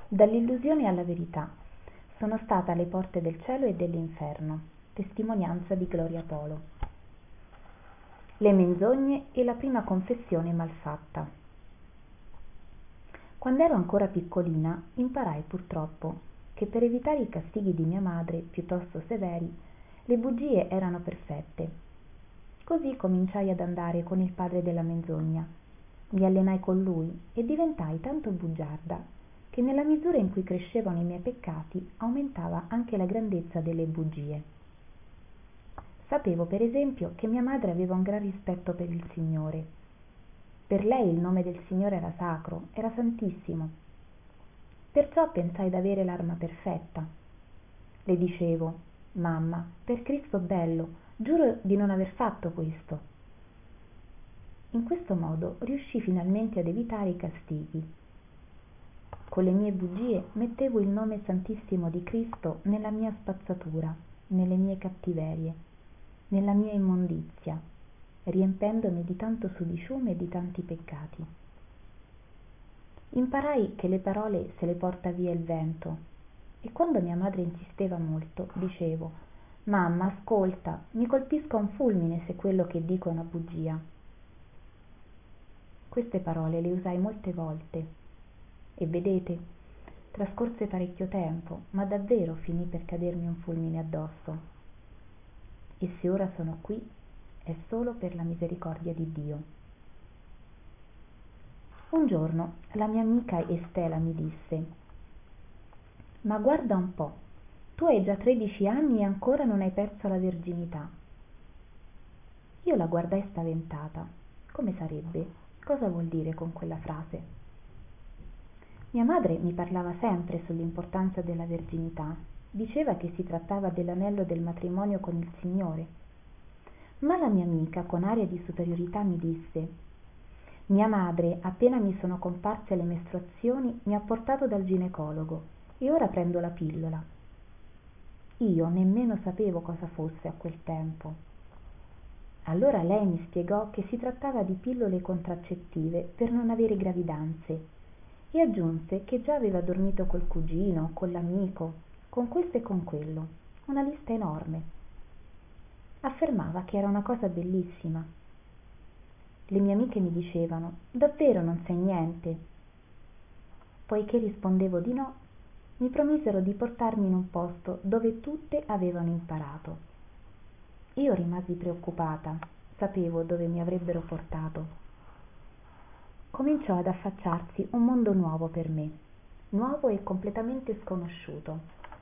Dall'illusione alla verità. Sono stata alle porte del cielo e dell'inferno. Testimonianza di Gloria Polo. Le menzogne e la prima confessione malfatta. Quando ero ancora piccolina, imparai purtroppo che per evitare i castighi di mia madre, piuttosto severi, le bugie erano perfette. Così cominciai ad andare con il padre della menzogna. Mi allenai con lui e diventai tanto bugiarda che nella misura in cui crescevano i miei peccati aumentava anche la grandezza delle bugie. Sapevo per esempio che mia madre aveva un gran rispetto per il Signore. Per lei il nome del Signore era sacro, era santissimo. Perciò pensai d'avere l'arma perfetta. Le dicevo: mamma, per Cristo bello, giuro di non aver fatto questo. In questo modo riuscii finalmente ad evitare i castighi. Con le mie bugie mettevo il nome santissimo di Cristo nella mia spazzatura, nelle mie cattiverie, nella mia immondizia, riempendomi di tanto sudiciume e di tanti peccati. Imparai che le parole se le porta via il vento, e quando mia madre insisteva molto, dicevo: mamma, ascolta, mi colpisca un fulmine se quello che dico è una bugia. Queste parole le usai molte volte. E vedete, trascorse parecchio tempo, ma davvero finì per cadermi un fulmine addosso. E se ora sono qui, è solo per la misericordia di Dio. Un giorno la mia amica Estela mi disse: ma guarda un po', tu hai già 13 anni e ancora non hai perso la verginità. Io la guardai spaventata. Come sarebbe? Cosa vuol dire con quella frase? Mia madre mi parlava sempre sull'importanza della verginità, diceva che si trattava dell'anello del matrimonio con il Signore. Ma la mia amica, con aria di superiorità, mi disse: mia madre, appena mi sono comparse le mestruazioni, mi ha portato dal ginecologo e ora prendo la pillola. Io nemmeno sapevo cosa fosse a quel tempo. Allora lei mi spiegò che si trattava di pillole contraccettive per non avere gravidanze. E aggiunse che già aveva dormito col cugino, con l'amico, con questo e con quello, una lista enorme. Affermava che era una cosa bellissima. Le mie amiche mi dicevano: davvero non sai niente? Poiché rispondevo di no, mi promisero di portarmi in un posto dove tutte avevano imparato. Io rimasi preoccupata, sapevo dove mi avrebbero portato. Cominciò ad affacciarsi un mondo nuovo per me, nuovo e completamente sconosciuto.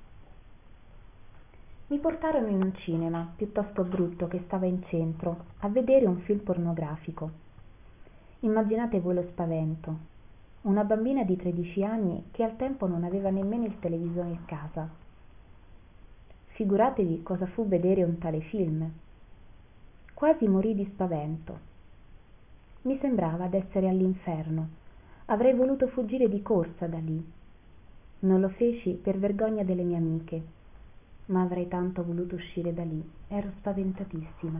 Mi portarono in un cinema, piuttosto brutto, che stava in centro, a vedere un film pornografico. Immaginate voi lo spavento. Una bambina di 13 anni che al tempo non aveva nemmeno il televisore in casa. Figuratevi cosa fu vedere un tale film. Quasi morì di spavento. Mi sembrava d'essere all'inferno. Avrei voluto fuggire di corsa da lì. Non lo feci per vergogna delle mie amiche, ma avrei tanto voluto uscire da lì. Ero spaventatissima.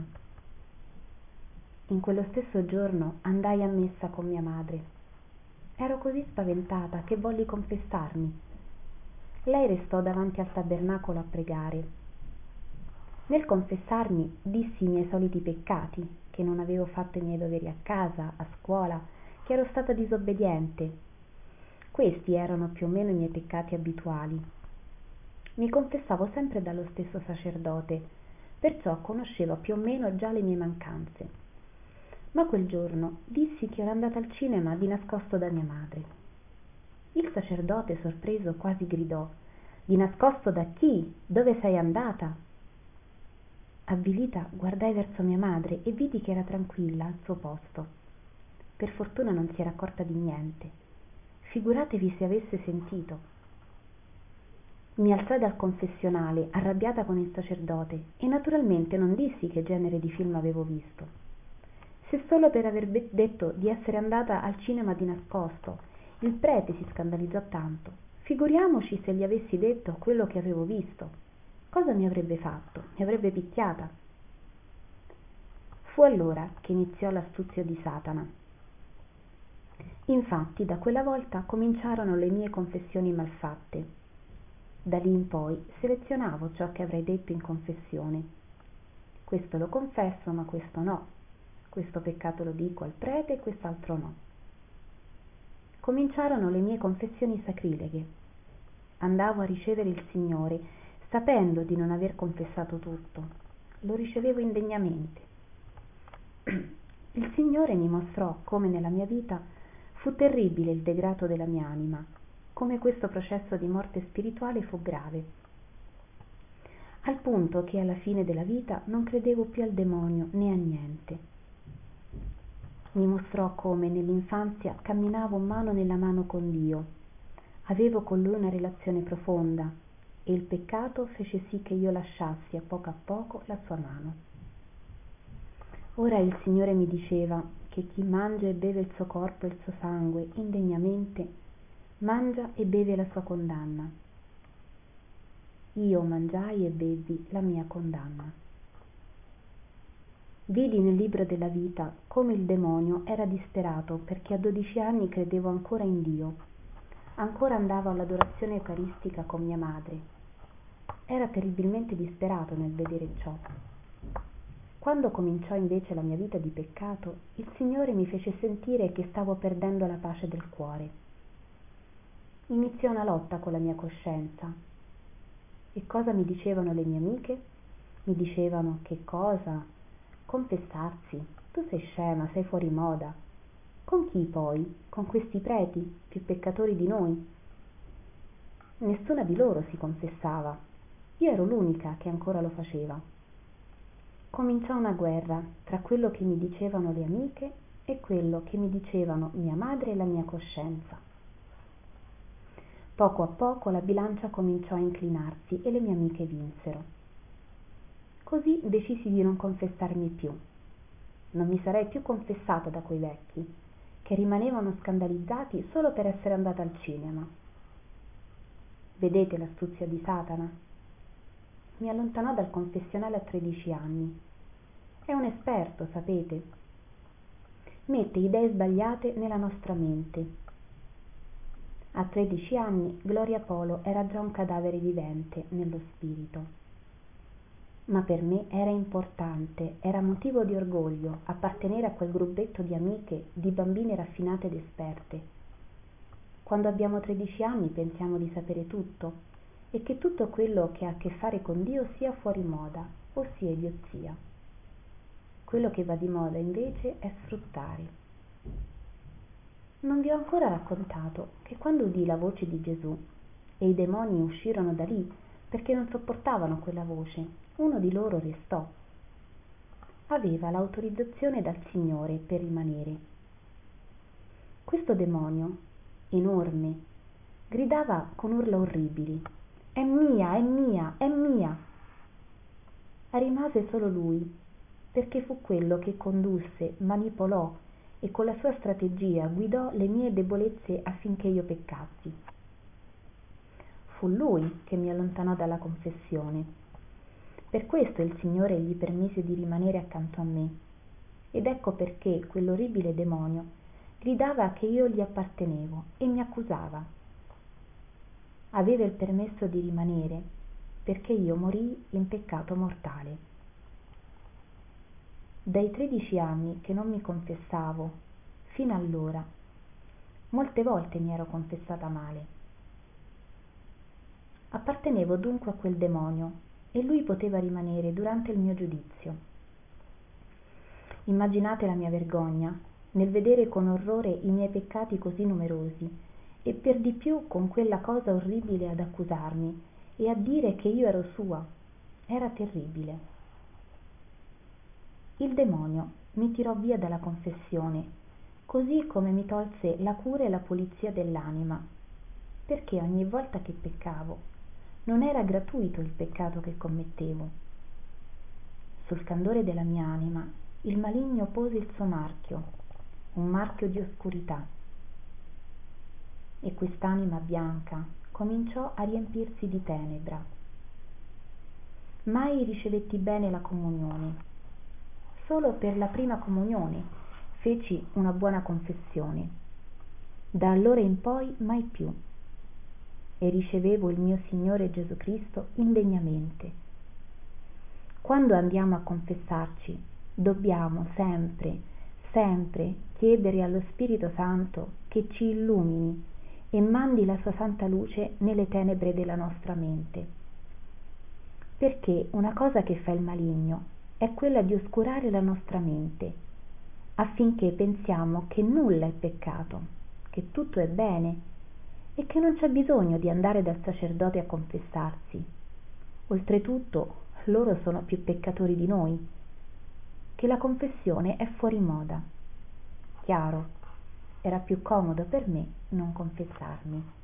In quello stesso giorno andai a messa con mia madre. Ero così spaventata che volli confessarmi. Lei restò davanti al tabernacolo a pregare. Nel confessarmi dissi i miei soliti peccati, che non avevo fatto i miei doveri a casa, a scuola, che ero stata disobbediente. Questi erano più o meno i miei peccati abituali. Mi confessavo sempre dallo stesso sacerdote, perciò conoscevo più o meno già le mie mancanze. Ma quel giorno dissi che ero andata al cinema di nascosto da mia madre. Il sacerdote, sorpreso, quasi gridò: di nascosto da chi? Dove sei andata? Avvilita guardai verso mia madre e vidi che era tranquilla al suo posto. Per fortuna non si era accorta di niente. Figuratevi se avesse sentito. Mi alzai dal confessionale, arrabbiata con il sacerdote, e naturalmente non dissi che genere di film avevo visto. Se solo per aver detto di essere andata al cinema di nascosto, il prete si scandalizzò tanto. Figuriamoci se gli avessi detto quello che avevo visto. Cosa mi avrebbe fatto? Mi avrebbe picchiata. Fu allora che iniziò l'astuzia di Satana. Infatti da quella volta cominciarono le mie confessioni malfatte. Da lì in poi selezionavo ciò che avrei detto in confessione. Questo lo confesso, ma questo no. Questo peccato lo dico al prete e quest'altro no. Cominciarono le mie confessioni sacrileghe. Andavo a ricevere il Signore, sapendo di non aver confessato tutto. Lo ricevevo indegnamente. Il Signore mi mostrò come nella mia vita fu terribile il degrado della mia anima, come questo processo di morte spirituale fu grave, al punto che alla fine della vita non credevo più al demonio né a niente. Mi mostrò come nell'infanzia camminavo mano nella mano con Dio, avevo con Lui una relazione profonda e il peccato fece sì che io lasciassi a poco la sua mano. Ora il Signore mi diceva che chi mangia e beve il suo corpo e il suo sangue indegnamente mangia e beve la sua condanna. Io mangiai e bevi la mia condanna. Vidi nel libro della vita come il demonio era disperato perché a 12 anni credevo ancora in Dio, ancora andavo all'adorazione eucaristica con mia madre. Era terribilmente disperato nel vedere ciò. Quando cominciò invece la mia vita di peccato, il Signore mi fece sentire che stavo perdendo la pace del cuore. Iniziò una lotta con la mia coscienza. E cosa mi dicevano le mie amiche? Mi dicevano: che cosa? Confessarsi? Tu sei scema, sei fuori moda. Con chi poi? Con questi preti, più peccatori di noi? Nessuna di loro si confessava. Io ero l'unica che ancora lo faceva. Cominciò una guerra tra quello che mi dicevano le amiche e quello che mi dicevano mia madre e la mia coscienza. Poco a poco la bilancia cominciò a inclinarsi e le mie amiche vinsero. Così decisi di non confessarmi più. Non mi sarei più confessata da quei vecchi, che rimanevano scandalizzati solo per essere andata al cinema. Vedete l'astuzia di Satana? Mi allontanò dal confessionale a 13 anni. È un esperto, sapete. Mette idee sbagliate nella nostra mente. A 13 anni Gloria Polo era già un cadavere vivente nello spirito. Ma per me era importante, era motivo di orgoglio appartenere a quel gruppetto di amiche, di bambine raffinate ed esperte. Quando abbiamo 13 anni pensiamo di sapere tutto e che tutto quello che ha a che fare con Dio sia fuori moda, ossia idiozia. Quello che va di moda invece è sfruttare. Non vi ho ancora raccontato che quando udì la voce di Gesù e i demoni uscirono da lì perché non sopportavano quella voce, uno di loro restò. Aveva l'autorizzazione dal Signore per rimanere. Questo demonio, enorme, gridava con urla orribili: È mia, è mia, è mia! Rimase solo lui, perché fu quello che condusse, manipolò e con la sua strategia guidò le mie debolezze affinché io peccassi. Fu lui che mi allontanò dalla confessione. Per questo il Signore gli permise di rimanere accanto a me. Ed ecco perché quell'orribile demonio gridava che io gli appartenevo e mi accusava. Aveva il permesso di rimanere perché io morii in peccato mortale. Dai 13 anni che non mi confessavo fino allora, molte volte mi ero confessata male. Appartenevo dunque a quel demonio e lui poteva rimanere durante il mio giudizio. Immaginate la mia vergogna nel vedere con orrore i miei peccati così numerosi e per di più con quella cosa orribile ad accusarmi e a dire che io ero sua. Era terribile. Il demonio mi tirò via dalla confessione, così come mi tolse la cura e la pulizia dell'anima, perché ogni volta che peccavo non era gratuito il peccato che commettevo. Sul candore della mia anima il maligno pose il suo marchio, un marchio di oscurità, e quest'anima bianca cominciò a riempirsi di tenebra. Mai ricevetti bene la comunione. Solo per la prima comunione feci una buona confessione. Da allora in poi mai più. E ricevevo il mio Signore Gesù Cristo indegnamente. Quando andiamo a confessarci, dobbiamo sempre, sempre chiedere allo Spirito Santo che ci illumini e mandi la sua santa luce nelle tenebre della nostra mente. Perché una cosa che fa il maligno è quella di oscurare la nostra mente, affinché pensiamo che nulla è peccato, che tutto è bene e che non c'è bisogno di andare dal sacerdote a confessarsi. Oltretutto, loro sono più peccatori di noi, che la confessione è fuori moda. Chiaro, era più comodo per me non confessarmi.